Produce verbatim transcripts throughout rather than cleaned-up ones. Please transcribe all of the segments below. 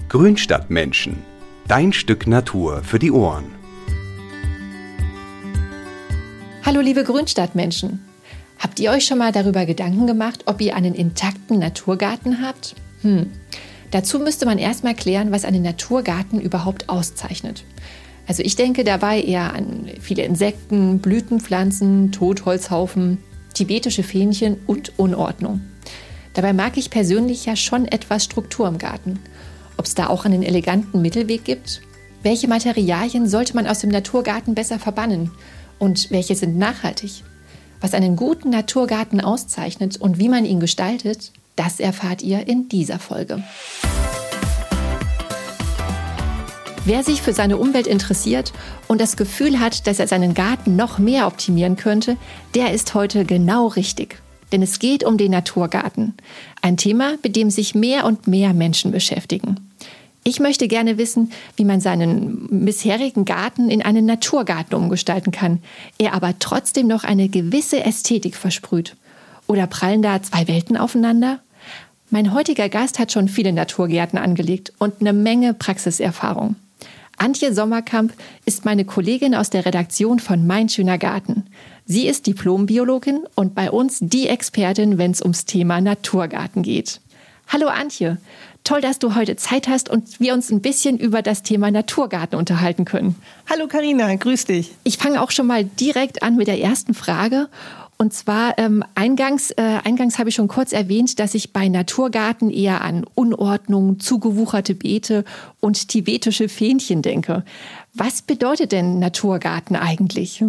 Grünstadtmenschen. Dein Stück Natur für die Ohren. Hallo liebe Grünstadtmenschen. Habt ihr euch schon mal darüber Gedanken gemacht, ob ihr einen intakten Naturgarten habt? Hm. Dazu müsste man erstmal klären, was einen Naturgarten überhaupt auszeichnet. Also ich denke dabei eher an viele Insekten, Blütenpflanzen, Totholzhaufen, tibetische Fähnchen und Unordnung. Dabei mag ich persönlich ja schon etwas Struktur im Garten. Ob es da auch einen eleganten Mittelweg gibt? Welche Materialien sollte man aus dem Naturgarten besser verbannen? Und welche sind nachhaltig? Was einen guten Naturgarten auszeichnet und wie man ihn gestaltet, das erfahrt ihr in dieser Folge. Wer sich für seine Umwelt interessiert und das Gefühl hat, dass er seinen Garten noch mehr optimieren könnte, der ist heute genau richtig. Denn es geht um den Naturgarten. Ein Thema, mit dem sich mehr und mehr Menschen beschäftigen. Ich möchte gerne wissen, wie man seinen bisherigen Garten in einen Naturgarten umgestalten kann, er aber trotzdem noch eine gewisse Ästhetik versprüht. Oder prallen da zwei Welten aufeinander? Mein heutiger Gast hat schon viele Naturgärten angelegt und eine Menge Praxiserfahrung. Antje Sommerkamp ist meine Kollegin aus der Redaktion von Mein schöner Garten. Sie ist Diplombiologin und bei uns die Expertin, wenn es ums Thema Naturgarten geht. Hallo Antje, toll, dass du heute Zeit hast und wir uns ein bisschen über das Thema Naturgarten unterhalten können. Hallo Carina, grüß dich. Ich fange auch schon mal direkt an mit der ersten Frage. Und zwar ähm, eingangs, äh, eingangs habe ich schon kurz erwähnt, dass ich bei Naturgarten eher an Unordnung, zugewucherte Beete und tibetische Fähnchen denke. Was bedeutet denn Naturgarten eigentlich?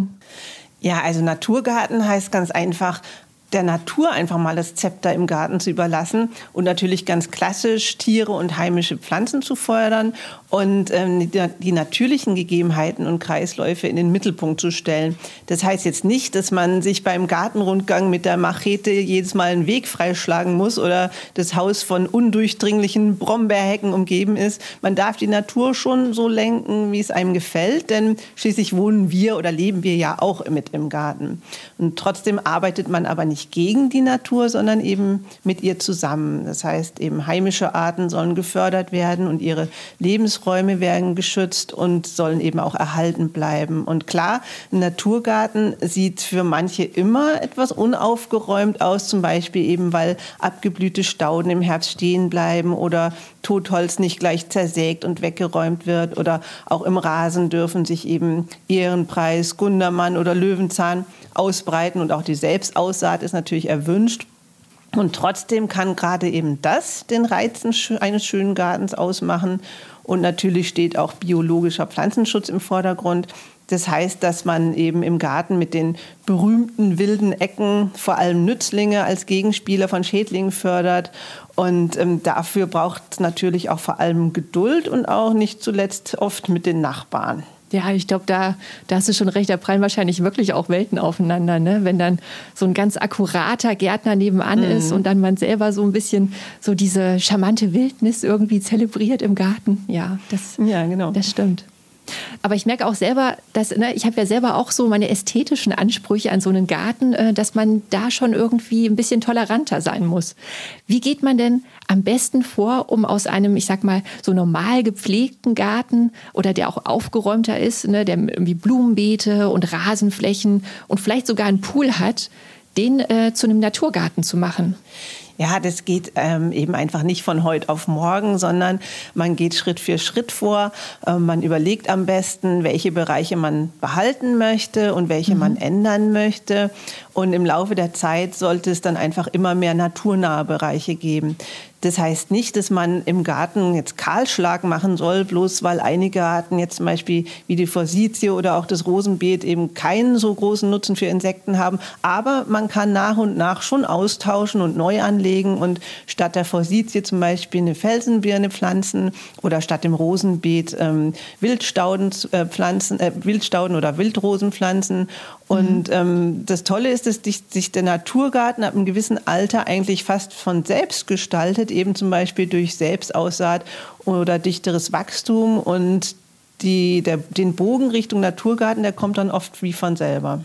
Ja, also Naturgarten heißt ganz einfach, der Natur einfach mal das Zepter im Garten zu überlassen und natürlich ganz klassisch Tiere und heimische Pflanzen zu fördern und ähm, die, die natürlichen Gegebenheiten und Kreisläufe in den Mittelpunkt zu stellen. Das heißt jetzt nicht, dass man sich beim Gartenrundgang mit der Machete jedes Mal einen Weg freischlagen muss oder das Haus von undurchdringlichen Brombeerhecken umgeben ist. Man darf die Natur schon so lenken, wie es einem gefällt, denn schließlich wohnen wir oder leben wir ja auch mit im Garten. Und trotzdem arbeitet man aber nicht gegen die Natur, sondern eben mit ihr zusammen. Das heißt, eben heimische Arten sollen gefördert werden und ihre Lebensräume werden geschützt und sollen eben auch erhalten bleiben. Und klar, ein Naturgarten sieht für manche immer etwas unaufgeräumt aus, zum Beispiel eben, weil abgeblühte Stauden im Herbst stehen bleiben oder Totholz nicht gleich zersägt und weggeräumt wird oder auch im Rasen dürfen sich eben Ehrenpreis, Gundermann oder Löwenzahn ausbreiten und auch die Selbstaussaat ist natürlich erwünscht. Und trotzdem kann gerade eben das den Reiz eines schönen Gartens ausmachen. Und natürlich steht auch biologischer Pflanzenschutz im Vordergrund. Das heißt, dass man eben im Garten mit den berühmten wilden Ecken vor allem Nützlinge als Gegenspieler von Schädlingen fördert. Und ähm, dafür braucht es natürlich auch vor allem Geduld und auch nicht zuletzt oft mit den Nachbarn. Ja, ich glaube, da, da hast du schon recht, da prallen wahrscheinlich wirklich auch Welten aufeinander, ne? Wenn dann so ein ganz akkurater Gärtner nebenan mhm. ist und dann man selber so ein bisschen so diese charmante Wildnis irgendwie zelebriert im Garten. Ja, das, ja, genau. Das stimmt. Aber ich merke auch selber, dass, ne, ich habe ja selber auch so meine ästhetischen Ansprüche an so einen Garten, äh, dass man da schon irgendwie ein bisschen toleranter sein muss. Wie geht man denn am besten vor, um aus einem, ich sag mal, so normal gepflegten Garten oder der auch aufgeräumter ist, ne, der irgendwie Blumenbeete und Rasenflächen und vielleicht sogar einen Pool hat, den äh, zu einem Naturgarten zu machen? Ja, das geht ähm, eben einfach nicht von heute auf morgen, sondern man geht Schritt für Schritt vor. Ähm, man überlegt am besten, welche Bereiche man behalten möchte und welche mhm. man ändern möchte. Und im Laufe der Zeit sollte es dann einfach immer mehr naturnahe Bereiche geben. Das heißt nicht, dass man im Garten jetzt Kahlschlag machen soll, bloß weil einige Arten jetzt zum Beispiel wie die Forsythie oder auch das Rosenbeet eben keinen so großen Nutzen für Insekten haben. Aber man kann nach und nach schon austauschen und neu anlegen und statt der Forsythie zum Beispiel eine Felsenbirne pflanzen oder statt dem Rosenbeet ähm, Wildstauden äh, pflanzen, äh, Wildstauden oder Wildrosen pflanzen. Und mhm. ähm, das Tolle ist, dass sich der Naturgarten ab einem gewissen Alter eigentlich fast von selbst gestaltet, eben zum Beispiel durch Selbstaussaat oder dichteres Wachstum. Und die, der, den Bogen Richtung Naturgarten, der kommt dann oft wie von selber.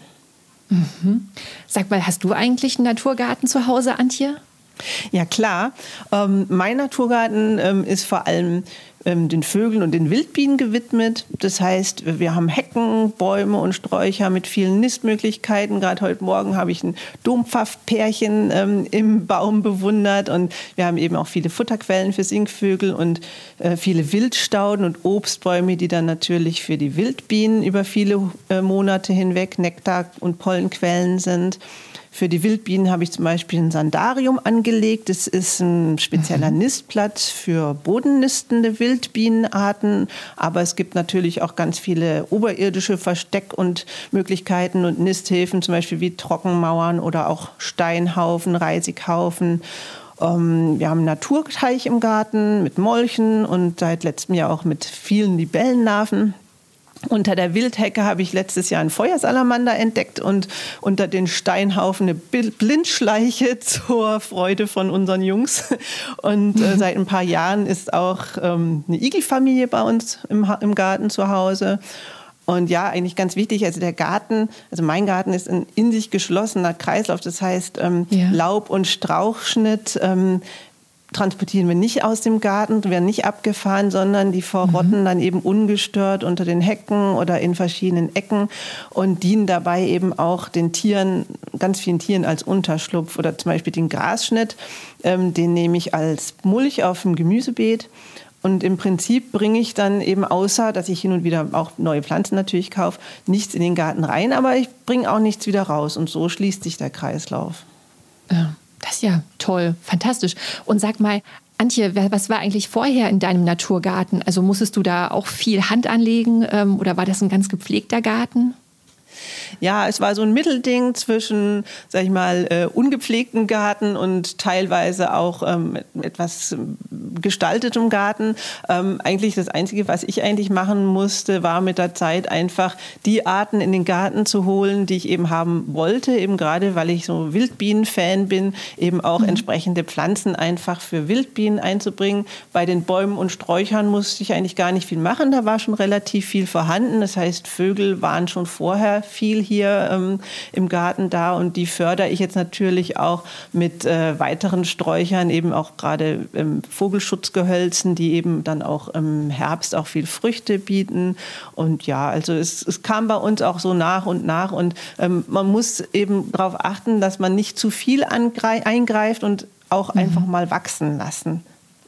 Mhm. Sag mal, hast du eigentlich einen Naturgarten zu Hause, Antje? Ja, klar. Ähm, mein Naturgarten ähm, ist vor allem ähm, den Vögeln und den Wildbienen gewidmet. Das heißt, wir haben Hecken, Bäume und Sträucher mit vielen Nistmöglichkeiten. Gerade heute Morgen habe ich ein Dompfaffpärchen ähm, im Baum bewundert und wir haben eben auch viele Futterquellen für Singvögel und äh, viele Wildstauden und Obstbäume, die dann natürlich für die Wildbienen über viele äh, Monate hinweg Nektar- und Pollenquellen sind. Für die Wildbienen habe ich zum Beispiel ein Sandarium angelegt. Das ist ein spezieller mhm. Nistplatz für bodennistende Wildbienenarten. Aber es gibt natürlich auch ganz viele oberirdische Versteck- und Möglichkeiten und Nisthilfen, zum Beispiel wie Trockenmauern oder auch Steinhaufen, Reisighaufen. Ähm, wir haben einen Naturteich im Garten mit Molchen und seit letztem Jahr auch mit vielen Libellenlarven. Unter der Wildhecke habe ich letztes Jahr einen Feuersalamander entdeckt und unter den Steinhaufen eine Blindschleiche zur Freude von unseren Jungs. Und äh, seit ein paar Jahren ist auch ähm, eine Igelfamilie bei uns im, im Garten zu Hause. Und ja, eigentlich ganz wichtig, also der Garten, also mein Garten ist ein in sich geschlossener Kreislauf. Das heißt, ähm, ja. Laub- und Strauchschnitt ähm, transportieren wir nicht aus dem Garten, werden nicht abgefahren, sondern die verrotten mhm. dann eben ungestört unter den Hecken oder in verschiedenen Ecken und dienen dabei eben auch den Tieren, ganz vielen Tieren als Unterschlupf oder zum Beispiel den Grasschnitt, ähm, den nehme ich als Mulch auf dem Gemüsebeet. Und im Prinzip bringe ich dann eben, außer dass ich hin und wieder auch neue Pflanzen natürlich kaufe, nichts in den Garten rein, aber ich bringe auch nichts wieder raus. Und so schließt sich der Kreislauf. Ja. Das ist ja toll, fantastisch. Und sag mal, Antje, was war eigentlich vorher in deinem Naturgarten? Also musstest du da auch viel Hand anlegen ähm, oder war das ein ganz gepflegter Garten? Ja, es war so ein Mittelding zwischen, sag ich mal, äh, ungepflegtem Garten und teilweise auch ähm, etwas gestaltetem Garten. Ähm, eigentlich das Einzige, was ich eigentlich machen musste, war mit der Zeit einfach die Arten in den Garten zu holen, die ich eben haben wollte, eben gerade, weil ich so Wildbienen-Fan bin, eben auch mhm. entsprechende Pflanzen einfach für Wildbienen einzubringen. Bei den Bäumen und Sträuchern musste ich eigentlich gar nicht viel machen, da war schon relativ viel vorhanden. Das heißt, Vögel waren schon vorher viel hier ähm, im Garten da und die fördere ich jetzt natürlich auch mit äh, weiteren Sträuchern, eben auch gerade ähm, Vogelschutzgehölzen, die eben dann auch im Herbst auch viel Früchte bieten. Und ja, also es, es kam bei uns auch so nach und nach und ähm, man muss eben darauf achten, dass man nicht zu viel angreif- eingreift und auch mhm. einfach mal wachsen lassen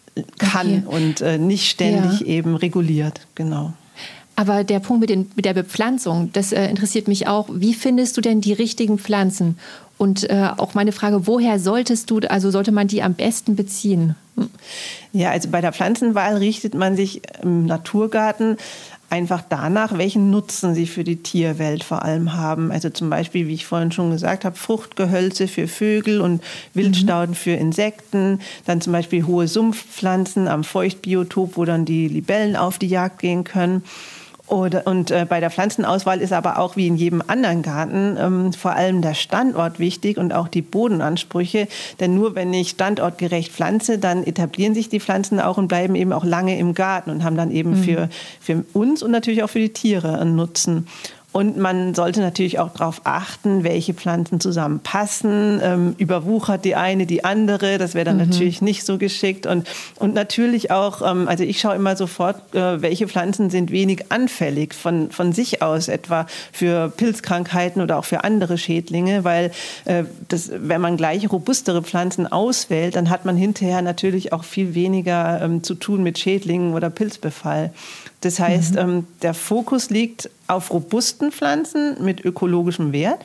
kann okay. und äh, nicht ständig ja. eben reguliert, genau. Aber der Punkt mit, den, mit der Bepflanzung, das äh, interessiert mich auch. Wie findest du denn die richtigen Pflanzen? Und äh, auch meine Frage, woher solltest du, also sollte man die am besten beziehen? Hm. Ja, also bei der Pflanzenwahl richtet man sich im Naturgarten einfach danach, welchen Nutzen sie für die Tierwelt vor allem haben. Also zum Beispiel, wie ich vorhin schon gesagt habe, Fruchtgehölze für Vögel und Wildstauden mhm. für Insekten. Dann zum Beispiel hohe Sumpfpflanzen am Feuchtbiotop, wo dann die Libellen auf die Jagd gehen können. Oder, und äh, bei der Pflanzenauswahl ist aber auch wie in jedem anderen Garten ähm, vor allem der Standort wichtig und auch die Bodenansprüche. Denn nur wenn ich standortgerecht pflanze, dann etablieren sich die Pflanzen auch und bleiben eben auch lange im Garten und haben dann eben mhm. für, für uns und natürlich auch für die Tiere einen Nutzen. Und man sollte natürlich auch darauf achten, welche Pflanzen zusammenpassen. Ähm, überwuchert die eine die andere, das wäre dann mhm. natürlich nicht so geschickt. Und, und natürlich auch, ähm, also ich schaue immer sofort, äh, welche Pflanzen sind wenig anfällig von, von sich aus, etwa für Pilzkrankheiten oder auch für andere Schädlinge. Weil äh, das, wenn man gleich robustere Pflanzen auswählt, dann hat man hinterher natürlich auch viel weniger ähm, zu tun mit Schädlingen oder Pilzbefall. Das heißt, mhm. ähm, der Fokus liegt auf robusten Pflanzen mit ökologischem Wert.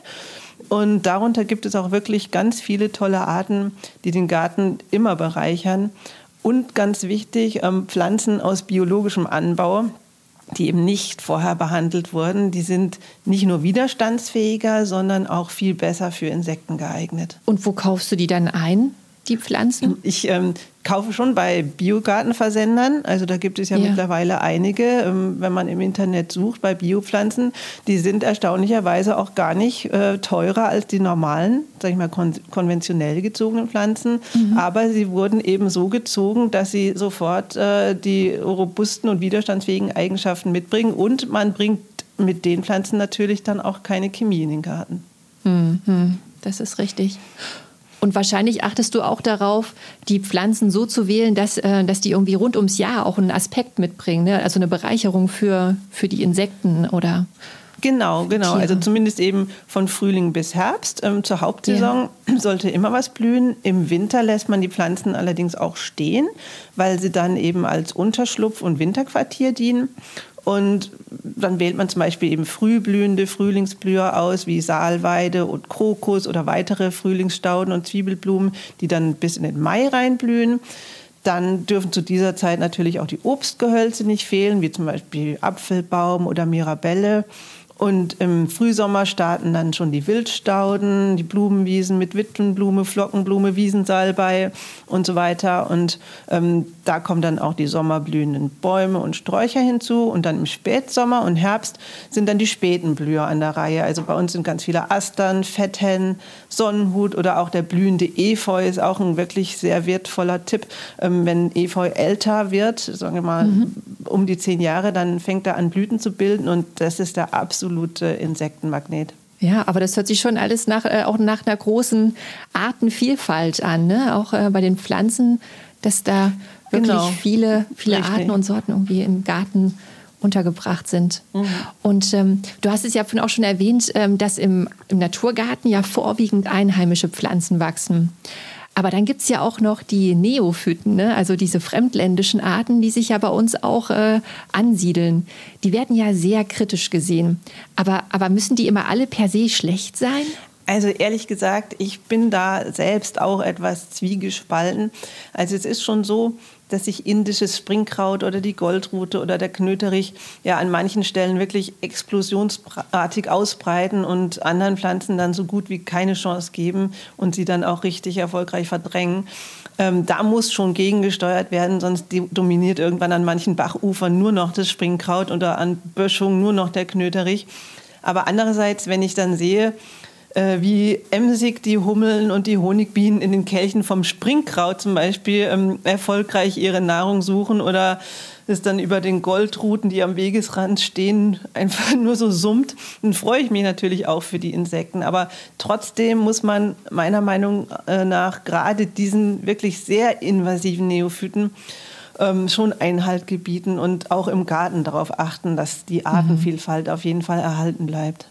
Und darunter gibt es auch wirklich ganz viele tolle Arten, die den Garten immer bereichern. Und ganz wichtig, ähm, Pflanzen aus biologischem Anbau, die eben nicht vorher behandelt wurden. Die sind nicht nur widerstandsfähiger, sondern auch viel besser für Insekten geeignet. Und wo kaufst du die dann ein, die Pflanzen? Ich ähm, kaufe schon bei Biogartenversendern. Also da gibt es ja, ja. mittlerweile einige. Ähm, wenn man im Internet sucht bei Biopflanzen, die sind erstaunlicherweise auch gar nicht äh, teurer als die normalen, sag ich mal, kon- konventionell gezogenen Pflanzen. Mhm. Aber sie wurden eben so gezogen, dass sie sofort äh, die robusten und widerstandsfähigen Eigenschaften mitbringen. Und man bringt mit den Pflanzen natürlich dann auch keine Chemie in den Garten. Mhm. Das ist richtig. Und wahrscheinlich achtest du auch darauf, die Pflanzen so zu wählen, dass, äh, dass die irgendwie rund ums Jahr auch einen Aspekt mitbringen, ne? Also eine Bereicherung für, für die Insekten oder Genau, genau. Tiere. Also zumindest eben von Frühling bis Herbst. Ähm, zur Hauptsaison ja. sollte immer was blühen. Im Winter lässt man die Pflanzen allerdings auch stehen, weil sie dann eben als Unterschlupf und Winterquartier dienen. Und dann wählt man zum Beispiel eben frühblühende Frühlingsblüher aus, wie Salweide und Krokus oder weitere Frühlingsstauden und Zwiebelblumen, die dann bis in den Mai reinblühen. Dann dürfen zu dieser Zeit natürlich auch die Obstgehölze nicht fehlen, wie zum Beispiel Apfelbaum oder Mirabelle. Und im Frühsommer starten dann schon die Wildstauden, die Blumenwiesen mit Witwenblume, Flockenblume, Wiesensalbei und so weiter. Und ähm, da kommen dann auch die sommerblühenden Bäume und Sträucher hinzu. Und dann im Spätsommer und Herbst sind dann die späten Blüher an der Reihe. Also bei uns sind ganz viele Astern, Fetthennen, Sonnenhut oder auch der blühende Efeu ist auch ein wirklich sehr wertvoller Tipp. Ähm, wenn Efeu älter wird, sagen wir mal mhm. um die zehn Jahre, dann fängt er an Blüten zu bilden und das ist der absolute Insektenmagnet. Ja, aber das hört sich schon alles nach, äh, auch nach einer großen Artenvielfalt an, ne? Auch äh, bei den Pflanzen, dass da wirklich genau. viele, viele Richtig. Arten und Sorten irgendwie im Garten untergebracht sind. Mhm. Und ähm, du hast es ja vorhin auch schon erwähnt, ähm, dass im, im Naturgarten ja vorwiegend einheimische Pflanzen wachsen. Aber dann gibt es ja auch noch die Neophyten, ne? Also diese fremdländischen Arten, die sich ja bei uns auch äh, ansiedeln. Die werden ja sehr kritisch gesehen. Aber, aber müssen die immer alle per se schlecht sein? Also ehrlich gesagt, ich bin da selbst auch etwas zwiegespalten. Also es ist schon so, dass sich indisches Springkraut oder die Goldrute oder der Knöterich ja an manchen Stellen wirklich explosionsartig ausbreiten und anderen Pflanzen dann so gut wie keine Chance geben und sie dann auch richtig erfolgreich verdrängen. Ähm, da muss schon gegengesteuert werden, sonst dominiert irgendwann an manchen Bachufern nur noch das Springkraut oder an Böschung nur noch der Knöterich. Aber andererseits, wenn ich dann sehe, wie emsig die Hummeln und die Honigbienen in den Kelchen vom Springkraut zum Beispiel ähm, erfolgreich ihre Nahrung suchen oder es dann über den Goldruten, die am Wegesrand stehen, einfach nur so summt, dann freue ich mich natürlich auch für die Insekten. Aber trotzdem muss man meiner Meinung nach gerade diesen wirklich sehr invasiven Neophyten ähm, schon Einhalt gebieten und auch im Garten darauf achten, dass die Artenvielfalt auf jeden Fall erhalten bleibt.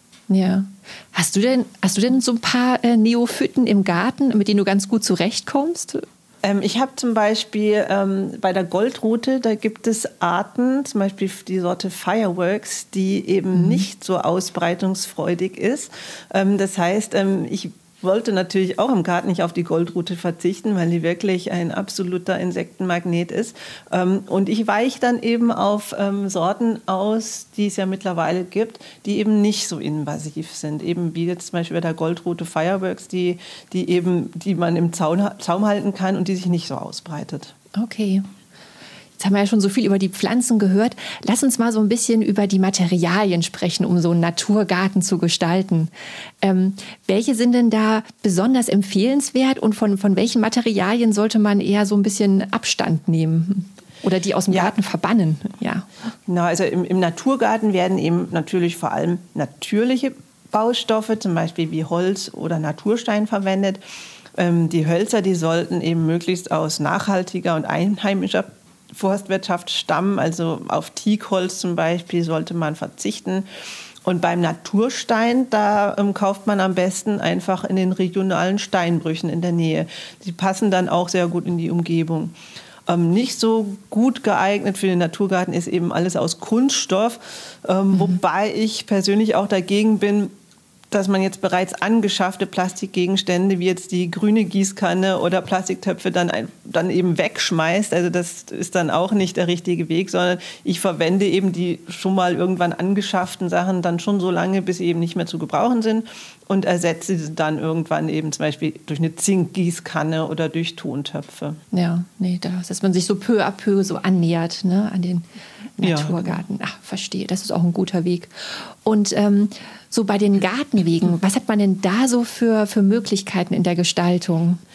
Ja. Hast du denn, hast du denn so ein paar äh, Neophyten im Garten, mit denen du ganz gut zurechtkommst? Ähm, ich habe zum Beispiel ähm, bei der Goldrute, da gibt es Arten, zum Beispiel die Sorte Fireworks, die eben mhm. nicht so ausbreitungsfreudig ist. Ähm, das heißt, ähm, ich wollte natürlich auch im Garten nicht auf die Goldrute verzichten, weil die wirklich ein absoluter Insektenmagnet ist. Und ich weiche dann eben auf Sorten aus, die es ja mittlerweile gibt, die eben nicht so invasiv sind. Eben wie jetzt zum Beispiel bei der Goldrute Fireworks, die, die, eben, die man im Zaun, Zaum halten kann und die sich nicht so ausbreitet. Okay. Jetzt haben wir ja schon so viel über die Pflanzen gehört. Lass uns mal so ein bisschen über die Materialien sprechen, um so einen Naturgarten zu gestalten. Ähm, welche sind denn da besonders empfehlenswert und von, von welchen Materialien sollte man eher so ein bisschen Abstand nehmen? Oder die aus dem ja. Garten verbannen? Ja. Genau, also im, im Naturgarten werden eben natürlich vor allem natürliche Baustoffe, zum Beispiel wie Holz oder Naturstein verwendet. Ähm, die Hölzer, die sollten eben möglichst aus nachhaltiger und einheimischer Forstwirtschaft stammen, also auf Teakholz zum Beispiel sollte man verzichten. Und beim Naturstein, da ähm, kauft man am besten einfach in den regionalen Steinbrüchen in der Nähe. Die passen dann auch sehr gut in die Umgebung. Ähm, nicht so gut geeignet für den Naturgarten ist eben alles aus Kunststoff, ähm, mhm. wobei ich persönlich auch dagegen bin, dass man jetzt bereits angeschaffte Plastikgegenstände wie jetzt die grüne Gießkanne oder Plastiktöpfe dann, ein, dann eben wegschmeißt. Also das ist dann auch nicht der richtige Weg, sondern ich verwende eben die schon mal irgendwann angeschafften Sachen dann schon so lange, bis sie eben nicht mehr zu gebrauchen sind und ersetze sie dann irgendwann eben zum Beispiel durch eine Zinkgießkanne oder durch Tontöpfe. Ja, nee, das, dass man sich so peu à peu so annähert, ne, an den Naturgarten. Ja. Ach, verstehe, das ist auch ein guter Weg. Und ähm, so bei den Gartenwegen, was hat man denn da so für, für Möglichkeiten in der Gestaltung?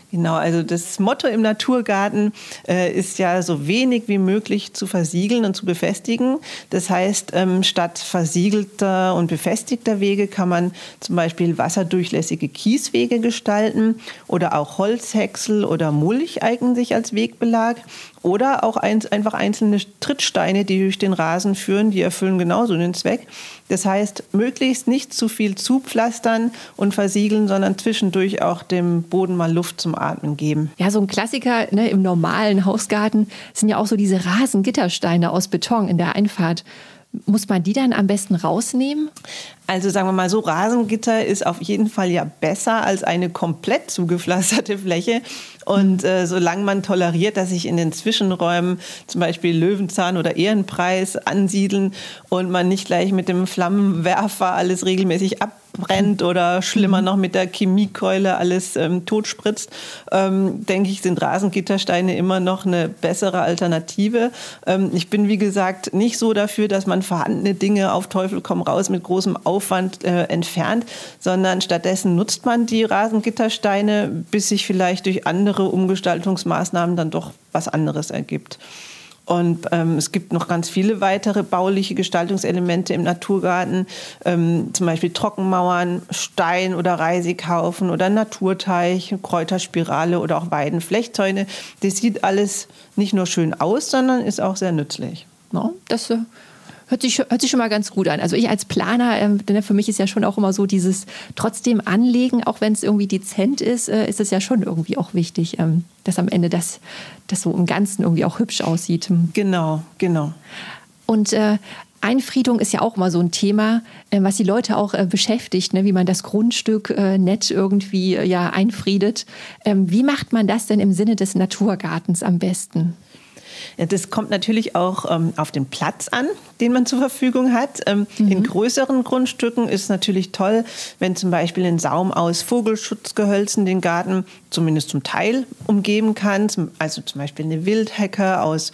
Genau, also das Motto im Naturgarten äh, ist ja, so wenig wie möglich zu versiegeln und zu befestigen. Das heißt, ähm, statt versiegelter und befestigter Wege kann man zum Beispiel wasserdurchlässige Kieswege gestalten oder auch Holzhäcksel oder Mulch eignen sich als Wegbelag. Oder auch ein, einfach einzelne Trittsteine, die durch den Rasen führen, die erfüllen genauso den Zweck. Das heißt, möglichst nicht zu viel zupflastern und versiegeln, sondern zwischendurch auch dem Boden mal Luft zum Atmen geben. Ja, so ein Klassiker, ne, im normalen Hausgarten sind ja auch so diese Rasengittersteine aus Beton in der Einfahrt. Muss man die dann am besten rausnehmen? Also sagen wir mal so, Rasengitter ist auf jeden Fall ja besser als eine komplett zugepflasterte Fläche. Und äh, solange man toleriert, dass sich in den Zwischenräumen zum Beispiel Löwenzahn oder Ehrenpreis ansiedeln und man nicht gleich mit dem Flammenwerfer alles regelmäßig abbrennt oder schlimmer noch mit der Chemiekeule alles ähm, totspritzt, ähm, denke ich, sind Rasengittersteine immer noch eine bessere Alternative. Ähm, ich bin, wie gesagt, nicht so dafür, dass man vorhandene Dinge auf Teufel komm raus mit großem Aufwand äh, entfernt, sondern stattdessen nutzt man die Rasengittersteine, bis sich vielleicht durch andere Umgestaltungsmaßnahmen dann doch was anderes ergibt. Und ähm, es gibt noch ganz viele weitere bauliche Gestaltungselemente im Naturgarten, ähm, zum Beispiel Trockenmauern, Stein- oder Reisighaufen oder Naturteich, Kräuterspirale oder auch Weidenflechtzäune. Das sieht alles nicht nur schön aus, sondern ist auch sehr nützlich. No, das äh Hört sich, hört sich schon mal ganz gut an. Also ich als Planer, ähm, für mich ist ja schon auch immer so dieses trotzdem Anlegen, auch wenn es irgendwie dezent ist, äh, ist es ja schon irgendwie auch wichtig, ähm, dass am Ende das, das so im Ganzen irgendwie auch hübsch aussieht. Genau, genau. Und äh, Einfriedung ist ja auch mal so ein Thema, äh, was die Leute auch äh, beschäftigt, ne? Wie man das Grundstück äh, nett irgendwie äh, ja, einfriedet. Ähm, wie macht man das denn im Sinne des Naturgartens am besten? Ja, das kommt natürlich auch ähm, auf den Platz an, den man zur Verfügung hat. Ähm, mhm. In größeren Grundstücken ist es natürlich toll, wenn zum Beispiel ein Saum aus Vogelschutzgehölzen den Garten zumindest zum Teil umgeben kann. Also zum Beispiel eine Wildhecke aus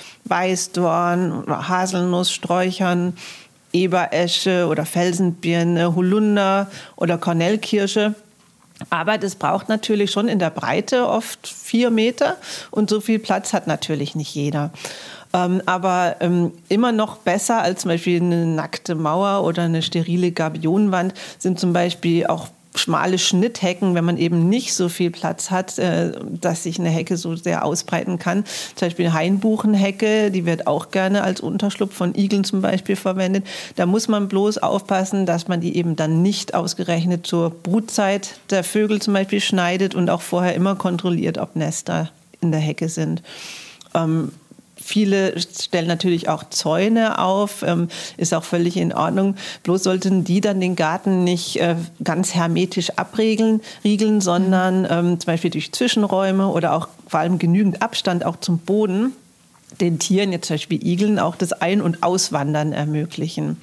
Weißdorn oder Haselnusssträuchern, Eberesche oder Felsenbirne, Holunder oder Kornellkirsche. Aber das braucht natürlich schon in der Breite oft vier Meter und so viel Platz hat natürlich nicht jeder. Ähm, aber ähm, immer noch besser als zum Beispiel eine nackte Mauer oder eine sterile Gabionenwand sind zum Beispiel auch schmale Schnitthecken, wenn man eben nicht so viel Platz hat, äh, dass sich eine Hecke so sehr ausbreiten kann. Zum Beispiel eine Hainbuchenhecke, die wird auch gerne als Unterschlupf von Igeln zum Beispiel verwendet. Da muss man bloß aufpassen, dass man die eben dann nicht ausgerechnet zur Brutzeit der Vögel zum Beispiel schneidet und auch vorher immer kontrolliert, ob Nester in der Hecke sind. Ähm, Viele stellen natürlich auch Zäune auf, ähm, ist auch völlig in Ordnung. Bloß sollten die dann den Garten nicht äh, ganz hermetisch abriegeln, riegeln, sondern ähm, zum Beispiel durch Zwischenräume oder auch vor allem genügend Abstand auch zum Boden den Tieren, jetzt zum Beispiel Igeln, auch das Ein- und Auswandern ermöglichen.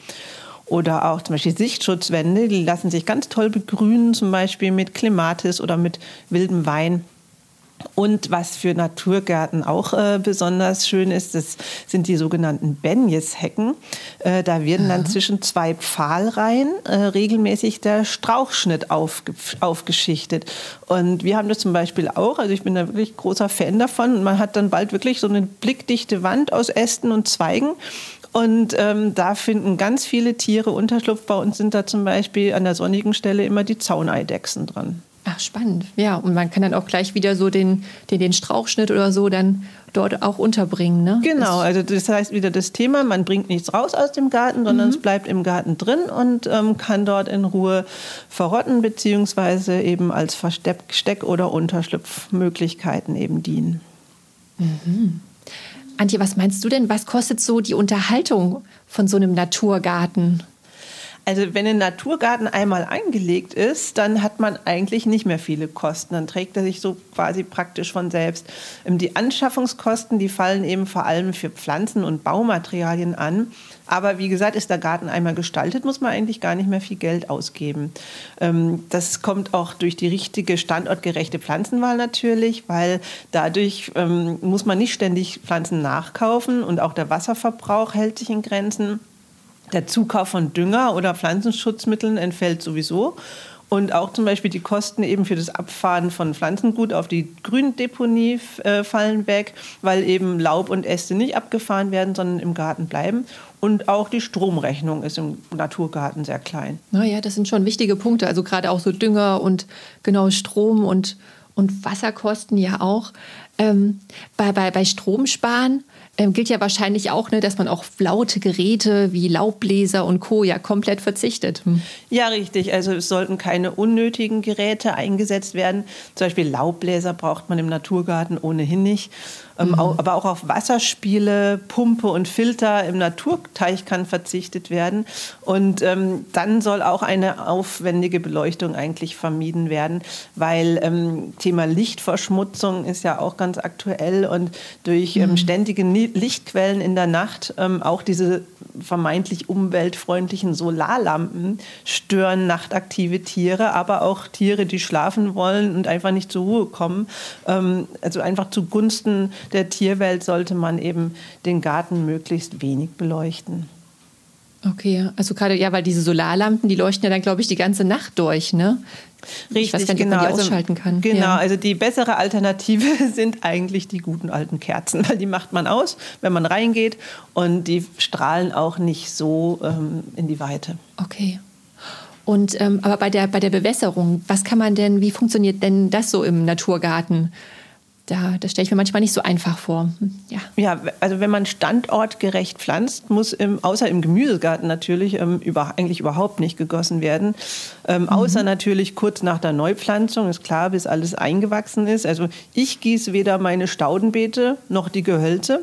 Oder auch zum Beispiel Sichtschutzwände, die lassen sich ganz toll begrünen, zum Beispiel mit Clematis oder mit wildem Wein. Und was für Naturgärten auch äh, besonders schön ist, das sind die sogenannten Benjeshecken. Äh, da werden dann zwischen zwei Pfahlreihen äh, regelmäßig der Strauchschnitt aufge aufgeschichtet. Und wir haben das zum Beispiel auch, also ich bin da wirklich großer Fan davon. Und man hat dann bald wirklich so eine blickdichte Wand aus Ästen und Zweigen. Und ähm, da finden ganz viele Tiere Unterschlupf. Bei uns sind da zum Beispiel an der sonnigen Stelle immer die Zauneidechsen dran. Ach, spannend. Ja, und man kann dann auch gleich wieder so den, den, den Strauchschnitt oder so dann dort auch unterbringen, ne? Genau, also das heißt wieder das Thema, man bringt nichts raus aus dem Garten, sondern mhm. es bleibt im Garten drin und ähm, kann dort in Ruhe verrotten, beziehungsweise eben als Versteck- oder Unterschlupfmöglichkeiten eben dienen. Mhm. Antje, was meinst du denn, was kostet so die Unterhaltung von so einem Naturgarten? Also wenn ein Naturgarten einmal eingelegt ist, dann hat man eigentlich nicht mehr viele Kosten. Dann trägt er sich so quasi praktisch von selbst. Die Anschaffungskosten, die fallen eben vor allem für Pflanzen und Baumaterialien an. Aber wie gesagt, ist der Garten einmal gestaltet, muss man eigentlich gar nicht mehr viel Geld ausgeben. Das kommt auch durch die richtige standortgerechte Pflanzenwahl natürlich, weil dadurch muss man nicht ständig Pflanzen nachkaufen und auch der Wasserverbrauch hält sich in Grenzen. Der Zukauf von Dünger oder Pflanzenschutzmitteln entfällt sowieso. Und auch zum Beispiel die Kosten eben für das Abfahren von Pflanzengut auf die Gründeponie äh, fallen weg, weil eben Laub und Äste nicht abgefahren werden, sondern im Garten bleiben. Und auch die Stromrechnung ist im Naturgarten sehr klein. Naja, das sind schon wichtige Punkte. Also gerade auch so Dünger und genau Strom und, und Wasserkosten ja auch. Ähm, bei, bei, bei Stromsparen ähm, gilt ja wahrscheinlich auch, ne, dass man auf laute Geräte wie Laubbläser und Co. ja komplett verzichtet. Hm. Ja, richtig. Also es sollten keine unnötigen Geräte eingesetzt werden. Zum Beispiel Laubbläser braucht man im Naturgarten ohnehin nicht. Mhm. Aber auch auf Wasserspiele, Pumpe und Filter im Naturteich kann verzichtet werden. Und ähm, dann soll auch eine aufwendige Beleuchtung eigentlich vermieden werden, weil ähm, Thema Lichtverschmutzung ist ja auch ganz aktuell und durch ähm, ständige Lichtquellen in der Nacht, ähm, auch diese vermeintlich umweltfreundlichen Solarlampen stören nachtaktive Tiere, aber auch Tiere, die schlafen wollen und einfach nicht zur Ruhe kommen. Ähm, also einfach zugunsten der Tierwelt sollte man eben den Garten möglichst wenig beleuchten. Okay, also gerade, ja, weil diese Solarlampen, die leuchten ja dann, glaube ich, die ganze Nacht durch, ne? Richtig, ich weiß gar nicht, genau. ob man die also, ausschalten kann. Genau, ja. Also die bessere Alternative sind eigentlich die guten alten Kerzen, weil die macht man aus, wenn man reingeht und die strahlen auch nicht so ähm, in die Weite. Okay. Und ähm, aber bei der, bei der Bewässerung, was kann man denn, wie funktioniert denn das so im Naturgarten? Da, das stelle ich mir manchmal nicht so einfach vor. Ja. ja, also wenn man standortgerecht pflanzt, muss im, außer im Gemüsegarten natürlich ähm, über, eigentlich überhaupt nicht gegossen werden. Ähm, mhm. Außer natürlich kurz nach der Neupflanzung, ist klar, bis alles eingewachsen ist. Also ich gieße weder meine Staudenbeete noch die Gehölze.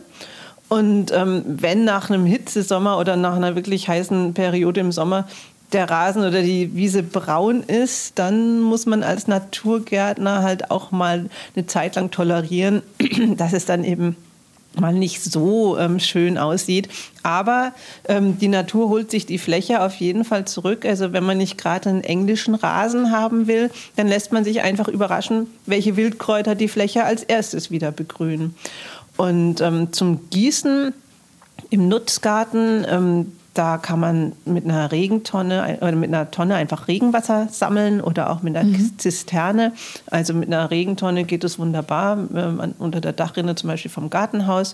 Und ähm, wenn nach einem Hitzesommer oder nach einer wirklich heißen Periode im Sommer der Rasen oder die Wiese braun ist, dann muss man als Naturgärtner halt auch mal eine Zeit lang tolerieren, dass es dann eben mal nicht so ähm, schön aussieht. Aber ähm, die Natur holt sich die Fläche auf jeden Fall zurück. Also wenn man nicht gerade einen englischen Rasen haben will, dann lässt man sich einfach überraschen, welche Wildkräuter die Fläche als erstes wieder begrünen. Und ähm, zum Gießen im Nutzgarten, ähm, da kann man mit einer Regentonne oder mit einer Tonne einfach Regenwasser sammeln oder auch mit einer mhm. Zisterne. Also mit einer Regentonne geht es wunderbar, äh, unter der Dachrinne zum Beispiel vom Gartenhaus.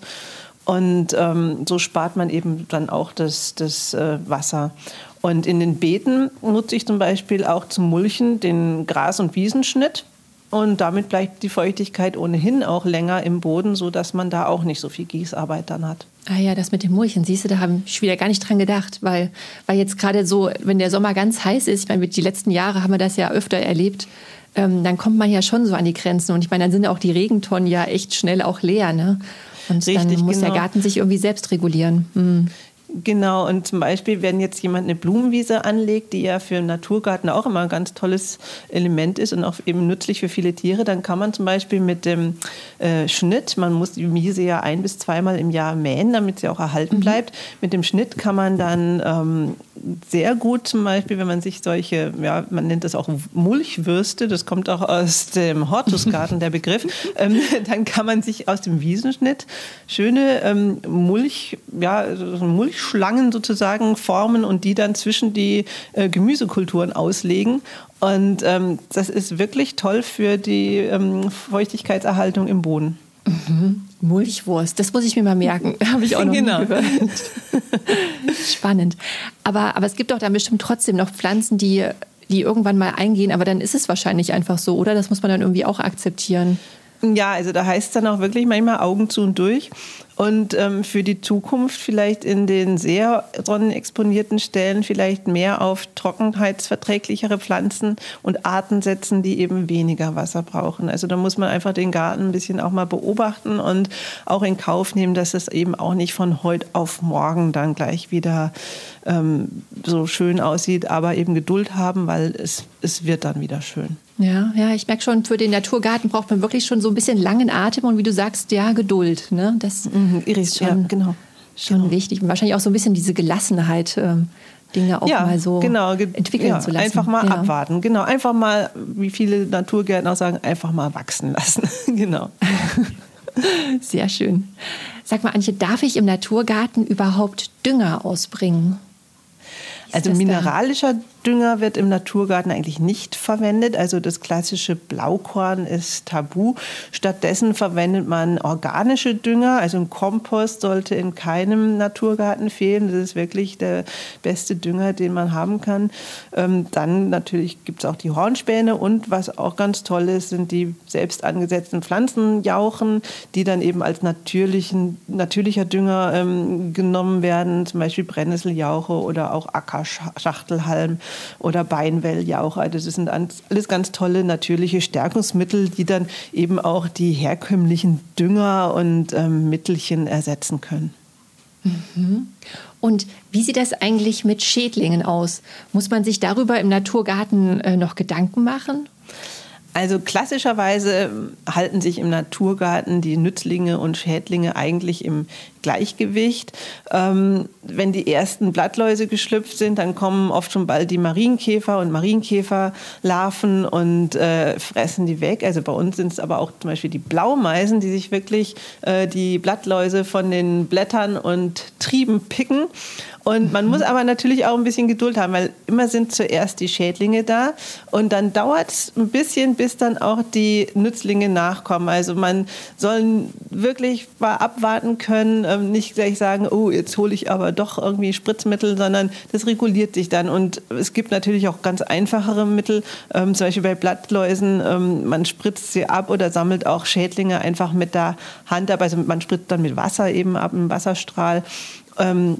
Und ähm, so spart man eben dann auch das, das äh, Wasser. Und in den Beeten nutze ich zum Beispiel auch zum Mulchen den Gras- und Wiesenschnitt. Und damit bleibt die Feuchtigkeit ohnehin auch länger im Boden, sodass man da auch nicht so viel Gießarbeit dann hat. Ah ja, das mit dem Mulchen, siehst du, da habe ich wieder gar nicht dran gedacht, weil, weil jetzt gerade so, wenn der Sommer ganz heiß ist, ich meine, die letzten Jahre haben wir das ja öfter erlebt, ähm, dann kommt man ja schon so an die Grenzen. Und ich meine, dann sind auch die Regentonnen ja echt schnell auch leer, ne? Und Richtig, dann muss genau. der Garten sich irgendwie selbst regulieren. Hm. Genau, und zum Beispiel, wenn jetzt jemand eine Blumenwiese anlegt, die ja für einen Naturgarten auch immer ein ganz tolles Element ist und auch eben nützlich für viele Tiere, dann kann man zum Beispiel mit dem äh, Schnitt, man muss die Wiese ja ein- bis zweimal im Jahr mähen, damit sie auch erhalten bleibt. Mhm. Mit dem Schnitt kann man dann ähm, sehr gut zum Beispiel, wenn man sich solche, ja, man nennt das auch Mulchwürste, das kommt auch aus dem Hortusgarten, der Begriff, ähm, dann kann man sich aus dem Wiesenschnitt schöne ähm, Mulch, ja, so Mulch Schlangen sozusagen formen und die dann zwischen die äh, Gemüsekulturen auslegen. Und ähm, das ist wirklich toll für die ähm, Feuchtigkeitserhaltung im Boden. Mhm. Mulchwurst, das muss ich mir mal merken. Habe ich auch noch genau. nie gehört. Spannend. Aber, aber es gibt doch dann bestimmt trotzdem noch Pflanzen, die, die irgendwann mal eingehen. Aber dann ist es wahrscheinlich einfach so, oder? Das muss man dann irgendwie auch akzeptieren. Ja, also da heißt es dann auch wirklich manchmal Augen zu und durch. Und ähm, für die Zukunft vielleicht in den sehr sonnenexponierten Stellen vielleicht mehr auf trockenheitsverträglichere Pflanzen und Arten setzen, die eben weniger Wasser brauchen. Also da muss man einfach den Garten ein bisschen auch mal beobachten und auch in Kauf nehmen, dass es eben auch nicht von heute auf morgen dann gleich wieder ähm, so schön aussieht, aber eben Geduld haben, weil es, es wird dann wieder schön. Ja, ja, ich merke schon, für den Naturgarten braucht man wirklich schon so ein bisschen langen Atem und wie du sagst, ja, Geduld. Ne? Das mhm, ist schon, ja, genau. schon genau. wichtig. Und wahrscheinlich auch so ein bisschen diese Gelassenheit, ähm, Dinge auch ja, mal so genau, entwickeln ja, zu lassen. Einfach mal ja. abwarten. Genau, einfach mal, wie viele Naturgärtner auch sagen, einfach mal wachsen lassen. Genau. Sehr schön. Sag mal, Antje, darf ich im Naturgarten überhaupt Dünger ausbringen? Also mineralischer Dünger wird im Naturgarten eigentlich nicht verwendet. Also das klassische Blaukorn ist tabu. Stattdessen verwendet man organische Dünger. Also ein Kompost sollte in keinem Naturgarten fehlen. Das ist wirklich der beste Dünger, den man haben kann. Ähm, dann natürlich gibt es auch die Hornspäne. Und was auch ganz toll ist, sind die selbst angesetzten Pflanzenjauchen, die dann eben als natürlichen, natürlicher Dünger ähm, genommen werden. Zum Beispiel Brennnesseljauche oder auch Ackerschachtelhalm oder Beinwelljauche. Also das sind alles ganz tolle natürliche Stärkungsmittel, die dann eben auch die herkömmlichen Dünger und ähm, Mittelchen ersetzen können. Mhm. Und wie sieht das eigentlich mit Schädlingen aus? Muss man sich darüber im Naturgarten äh, noch Gedanken machen? Also klassischerweise halten sich im Naturgarten die Nützlinge und Schädlinge eigentlich im Gleichgewicht. Ähm, wenn die ersten Blattläuse geschlüpft sind, dann kommen oft schon bald die Marienkäfer und Marienkäferlarven und äh, fressen die weg. Also bei uns sind es aber auch zum Beispiel die Blaumeisen, die sich wirklich äh, die Blattläuse von den Blättern und Trieben picken. Und man muss aber natürlich auch ein bisschen Geduld haben, weil immer sind zuerst die Schädlinge da und dann dauert es ein bisschen, bis dann auch die Nützlinge nachkommen. Also man soll wirklich mal abwarten können, nicht gleich sagen, oh, jetzt hole ich aber doch irgendwie Spritzmittel, sondern das reguliert sich dann. Und es gibt natürlich auch ganz einfachere Mittel, ähm, zum Beispiel bei Blattläusen, ähm, man spritzt sie ab oder sammelt auch Schädlinge einfach mit der Hand ab. Also man spritzt dann mit Wasser eben ab, im Wasserstrahl. Ähm,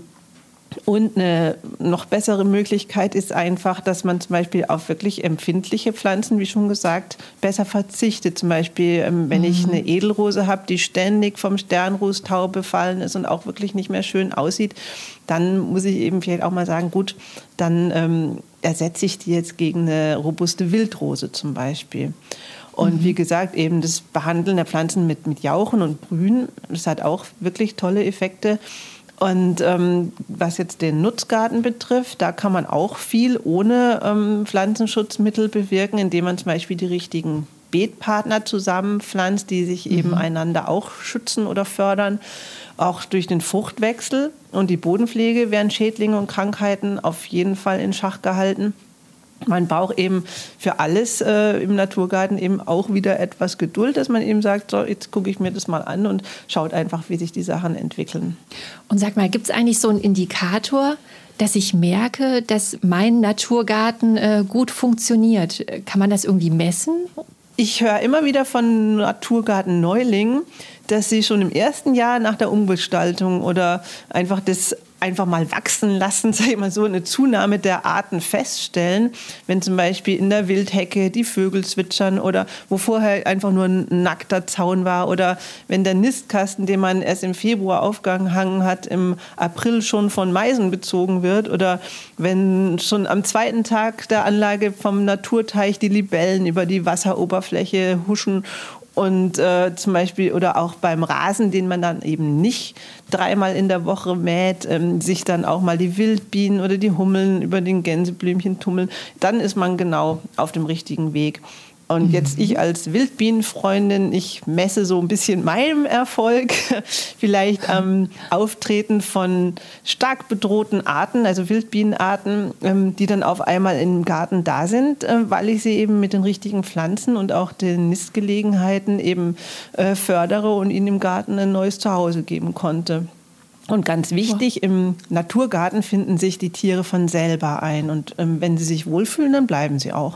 Und eine noch bessere Möglichkeit ist einfach, dass man zum Beispiel auf wirklich empfindliche Pflanzen, wie schon gesagt, besser verzichtet. Zum Beispiel, wenn mhm. ich eine Edelrose habe, die ständig vom Sternrußtau befallen ist und auch wirklich nicht mehr schön aussieht, dann muss ich eben vielleicht auch mal sagen, gut, dann ähm, ersetze ich die jetzt gegen eine robuste Wildrose zum Beispiel. Und mhm. wie gesagt, eben das Behandeln der Pflanzen mit, mit Jauchen und Brühen, das hat auch wirklich tolle Effekte. Und ähm, was jetzt den Nutzgarten betrifft, da kann man auch viel ohne ähm, Pflanzenschutzmittel bewirken, indem man zum Beispiel die richtigen Beetpartner zusammenpflanzt, die sich mhm. eben einander auch schützen oder fördern. Auch durch den Fruchtwechsel und die Bodenpflege werden Schädlinge und Krankheiten auf jeden Fall in Schach gehalten. Man braucht eben für alles äh, im Naturgarten eben auch wieder etwas Geduld, dass man eben sagt, so, jetzt gucke ich mir das mal an und schaut einfach, wie sich die Sachen entwickeln. Und sag mal, gibt es eigentlich so einen Indikator, dass ich merke, dass mein Naturgarten äh, gut funktioniert? Kann man das irgendwie messen? Ich höre immer wieder von Naturgarten-Neulingen, dass sie schon im ersten Jahr nach der Umgestaltung oder einfach das einfach mal wachsen lassen, sag ich mal so, eine Zunahme der Arten feststellen. Wenn zum Beispiel in der Wildhecke die Vögel zwitschern oder wo vorher einfach nur ein nackter Zaun war oder wenn der Nistkasten, den man erst im Februar aufgehangen hat, im April schon von Meisen bezogen wird oder wenn schon am zweiten Tag der Anlage vom Naturteich die Libellen über die Wasseroberfläche huschen. Und äh, zum Beispiel oder auch beim Rasen, den man dann eben nicht dreimal in der Woche mäht, ähm, sich dann auch mal die Wildbienen oder die Hummeln über den Gänseblümchen tummeln, dann ist man genau auf dem richtigen Weg. Und jetzt ich als Wildbienenfreundin, ich messe so ein bisschen meinem Erfolg, vielleicht am Auftreten von stark bedrohten Arten, also Wildbienenarten, ähm, die dann auf einmal im Garten da sind, äh, weil ich sie eben mit den richtigen Pflanzen und auch den Nistgelegenheiten eben äh, fördere und ihnen im Garten ein neues Zuhause geben konnte. Und ganz wichtig, im Naturgarten finden sich die Tiere von selber ein. Und ähm, wenn sie sich wohlfühlen, dann bleiben sie auch.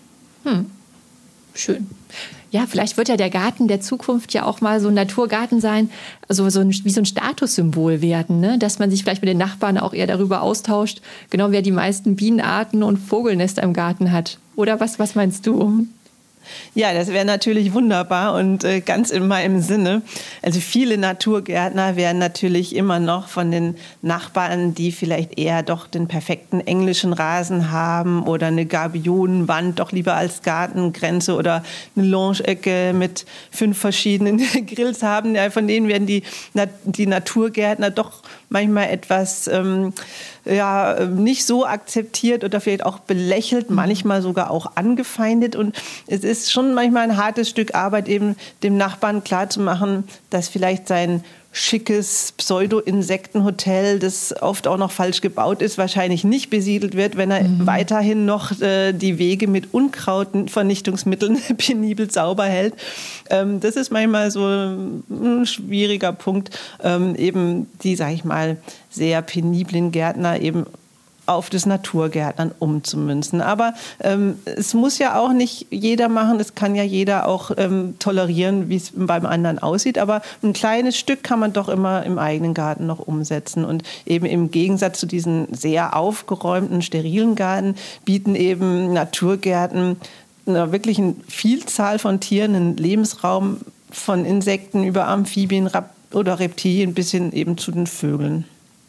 Hm. Schön. Ja, vielleicht wird ja der Garten der Zukunft ja auch mal so ein Naturgarten sein, also so ein, wie so ein Statussymbol werden, ne? Dass man sich vielleicht mit den Nachbarn auch eher darüber austauscht, genau wer die meisten Bienenarten und Vogelnester im Garten hat. Oder was, was meinst du? Ja, das wäre natürlich wunderbar und äh, ganz in meinem Sinne. Also viele Naturgärtner werden natürlich immer noch von den Nachbarn, die vielleicht eher doch den perfekten englischen Rasen haben oder eine Gabionenwand doch lieber als Gartengrenze oder eine Lounge-Ecke mit fünf verschiedenen Grills haben. Ja, von denen werden die, die Naturgärtner doch manchmal etwas ähm, ja, nicht so akzeptiert oder vielleicht auch belächelt, manchmal sogar auch angefeindet. Und es ist schon manchmal ein hartes Stück Arbeit, eben dem Nachbarn klarzumachen, dass vielleicht sein schickes Pseudo-Insektenhotel, das oft auch noch falsch gebaut ist, wahrscheinlich nicht besiedelt wird, wenn er mhm. weiterhin noch äh, die Wege mit Unkrautvernichtungsmitteln penibel sauber hält. Ähm, das ist manchmal so ein schwieriger Punkt, ähm, eben die, sag ich mal, sehr peniblen Gärtner eben auf das Naturgärtnern umzumünzen. Aber ähm, es muss ja auch nicht jeder machen, es kann ja jeder auch ähm, tolerieren, wie es beim anderen aussieht. Aber ein kleines Stück kann man doch immer im eigenen Garten noch umsetzen. Und eben im Gegensatz zu diesen sehr aufgeräumten, sterilen Garten bieten eben Naturgärten einer wirklichen Vielzahl von Tieren einen Lebensraum, von Insekten über Amphibien Rap- oder Reptilien bis hin eben zu den Vögeln.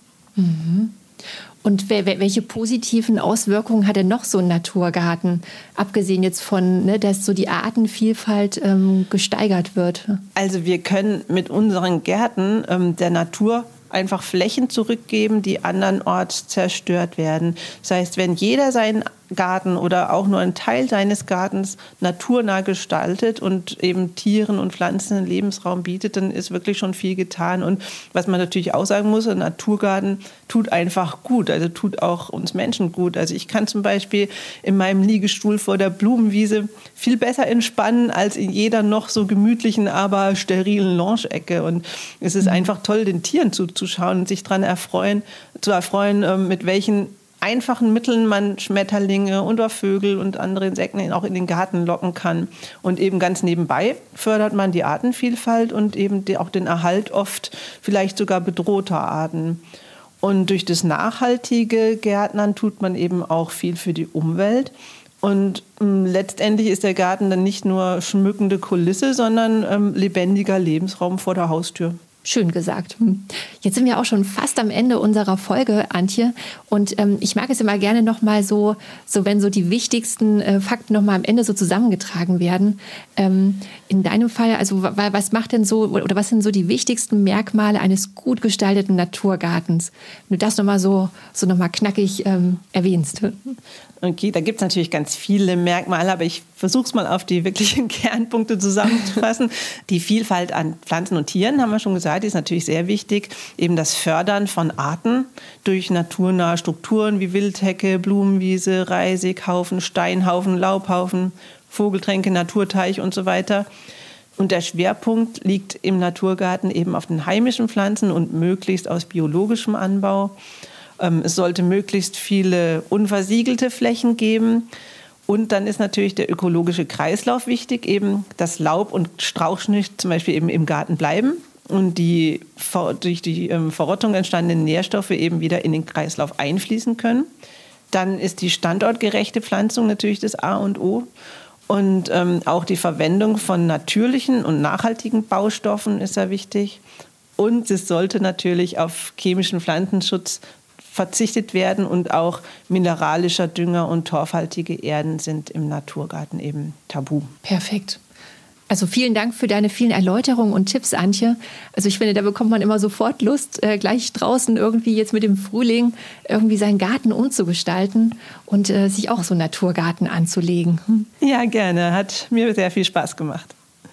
Mhm. Und welche positiven Auswirkungen hat denn noch so ein Naturgarten, abgesehen jetzt von, ne, dass so die Artenvielfalt ähm, gesteigert wird? Also wir können mit unseren Gärten ähm, der Natur einfach Flächen zurückgeben, die andernorts zerstört werden. Das heißt, wenn jeder seinen Garten oder auch nur einen Teil seines Gartens naturnah gestaltet und eben Tieren und Pflanzen einen Lebensraum bietet, dann ist wirklich schon viel getan. Und was man natürlich auch sagen muss, ein Naturgarten tut einfach gut, also tut auch uns Menschen gut. Also ich kann zum Beispiel in meinem Liegestuhl vor der Blumenwiese viel besser entspannen als in jeder noch so gemütlichen, aber sterilen Lounge-Ecke. Und es ist einfach toll, den Tieren zuzuschauen und sich daran erfreuen, zu erfreuen, mit welchen einfachen Mitteln man Schmetterlinge und auch Vögel und andere Insekten auch in den Garten locken kann. Und eben ganz nebenbei fördert man die Artenvielfalt und eben auch den Erhalt oft vielleicht sogar bedrohter Arten. Und durch das nachhaltige Gärtnern tut man eben auch viel für die Umwelt. Und ähm, letztendlich ist der Garten dann nicht nur schmückende Kulisse, sondern ähm, lebendiger Lebensraum vor der Haustür. Schön gesagt. Jetzt sind wir auch schon fast am Ende unserer Folge, Antje. Und ähm, ich mag es immer gerne nochmal so, so, wenn so die wichtigsten äh, Fakten nochmal am Ende so zusammengetragen werden. Ähm, in deinem Fall, also was macht denn so, oder was sind so die wichtigsten Merkmale eines gut gestalteten Naturgartens? Wenn du das nochmal so, so nochmal knackig ähm, erwähnst. Okay, da gibt es natürlich ganz viele Merkmale, aber ich versuche es mal auf die wirklichen Kernpunkte zusammenzufassen. Die Vielfalt an Pflanzen und Tieren, haben wir schon gesagt, ist natürlich sehr wichtig. Eben das Fördern von Arten durch naturnahe Strukturen wie Wildhecke, Blumenwiese, Reisighaufen, Steinhaufen, Laubhaufen, Vogeltränke, Naturteich und so weiter. Und der Schwerpunkt liegt im Naturgarten eben auf den heimischen Pflanzen und möglichst aus biologischem Anbau. Es sollte möglichst viele unversiegelte Flächen geben. Und dann ist natürlich der ökologische Kreislauf wichtig, eben dass Laub und Strauchschnitt zum Beispiel eben im Garten bleiben und die durch die Verrottung entstandenen Nährstoffe eben wieder in den Kreislauf einfließen können. Dann ist die standortgerechte Pflanzung natürlich das A und O. Und ähm, auch die Verwendung von natürlichen und nachhaltigen Baustoffen ist sehr wichtig. Und es sollte natürlich auf chemischen Pflanzenschutz verzichtet werden und auch mineralischer Dünger und torfhaltige Erden sind im Naturgarten eben tabu. Perfekt. Also vielen Dank für deine vielen Erläuterungen und Tipps, Antje. Also ich finde, da bekommt man immer sofort Lust, äh, gleich draußen irgendwie jetzt mit dem Frühling irgendwie seinen Garten umzugestalten und äh, sich auch so einen Naturgarten anzulegen. Hm. Ja, gerne. Hat mir sehr viel Spaß gemacht.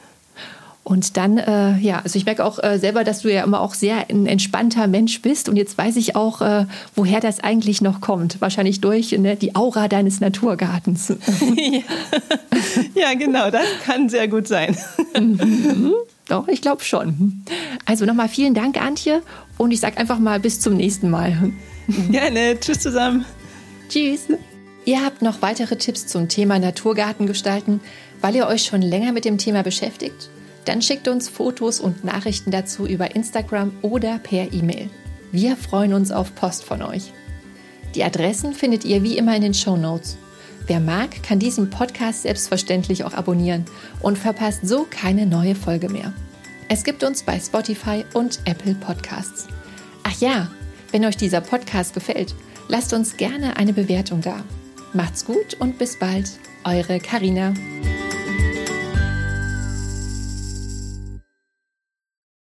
Und dann, äh, ja, also ich merke auch äh, selber, dass du ja immer auch sehr ein entspannter Mensch bist. Und jetzt weiß ich auch, äh, woher das eigentlich noch kommt. Wahrscheinlich durch ne, die Aura deines Naturgartens. Ja. Ja, genau, das kann sehr gut sein. Mhm. Doch, ich glaube schon. Also nochmal vielen Dank, Antje. Und ich sage einfach mal bis zum nächsten Mal. Gerne. Tschüss zusammen. Tschüss. Ihr habt noch weitere Tipps zum Thema Naturgarten gestalten, weil ihr euch schon länger mit dem Thema beschäftigt? Dann schickt uns Fotos und Nachrichten dazu über Instagram oder per E-Mail. Wir freuen uns auf Post von euch. Die Adressen findet ihr wie immer in den Shownotes. Wer mag, kann diesen Podcast selbstverständlich auch abonnieren und verpasst so keine neue Folge mehr. Es gibt uns bei Spotify und Apple Podcasts. Ach ja, wenn euch dieser Podcast gefällt, lasst uns gerne eine Bewertung da. Macht's gut und bis bald, eure Carina.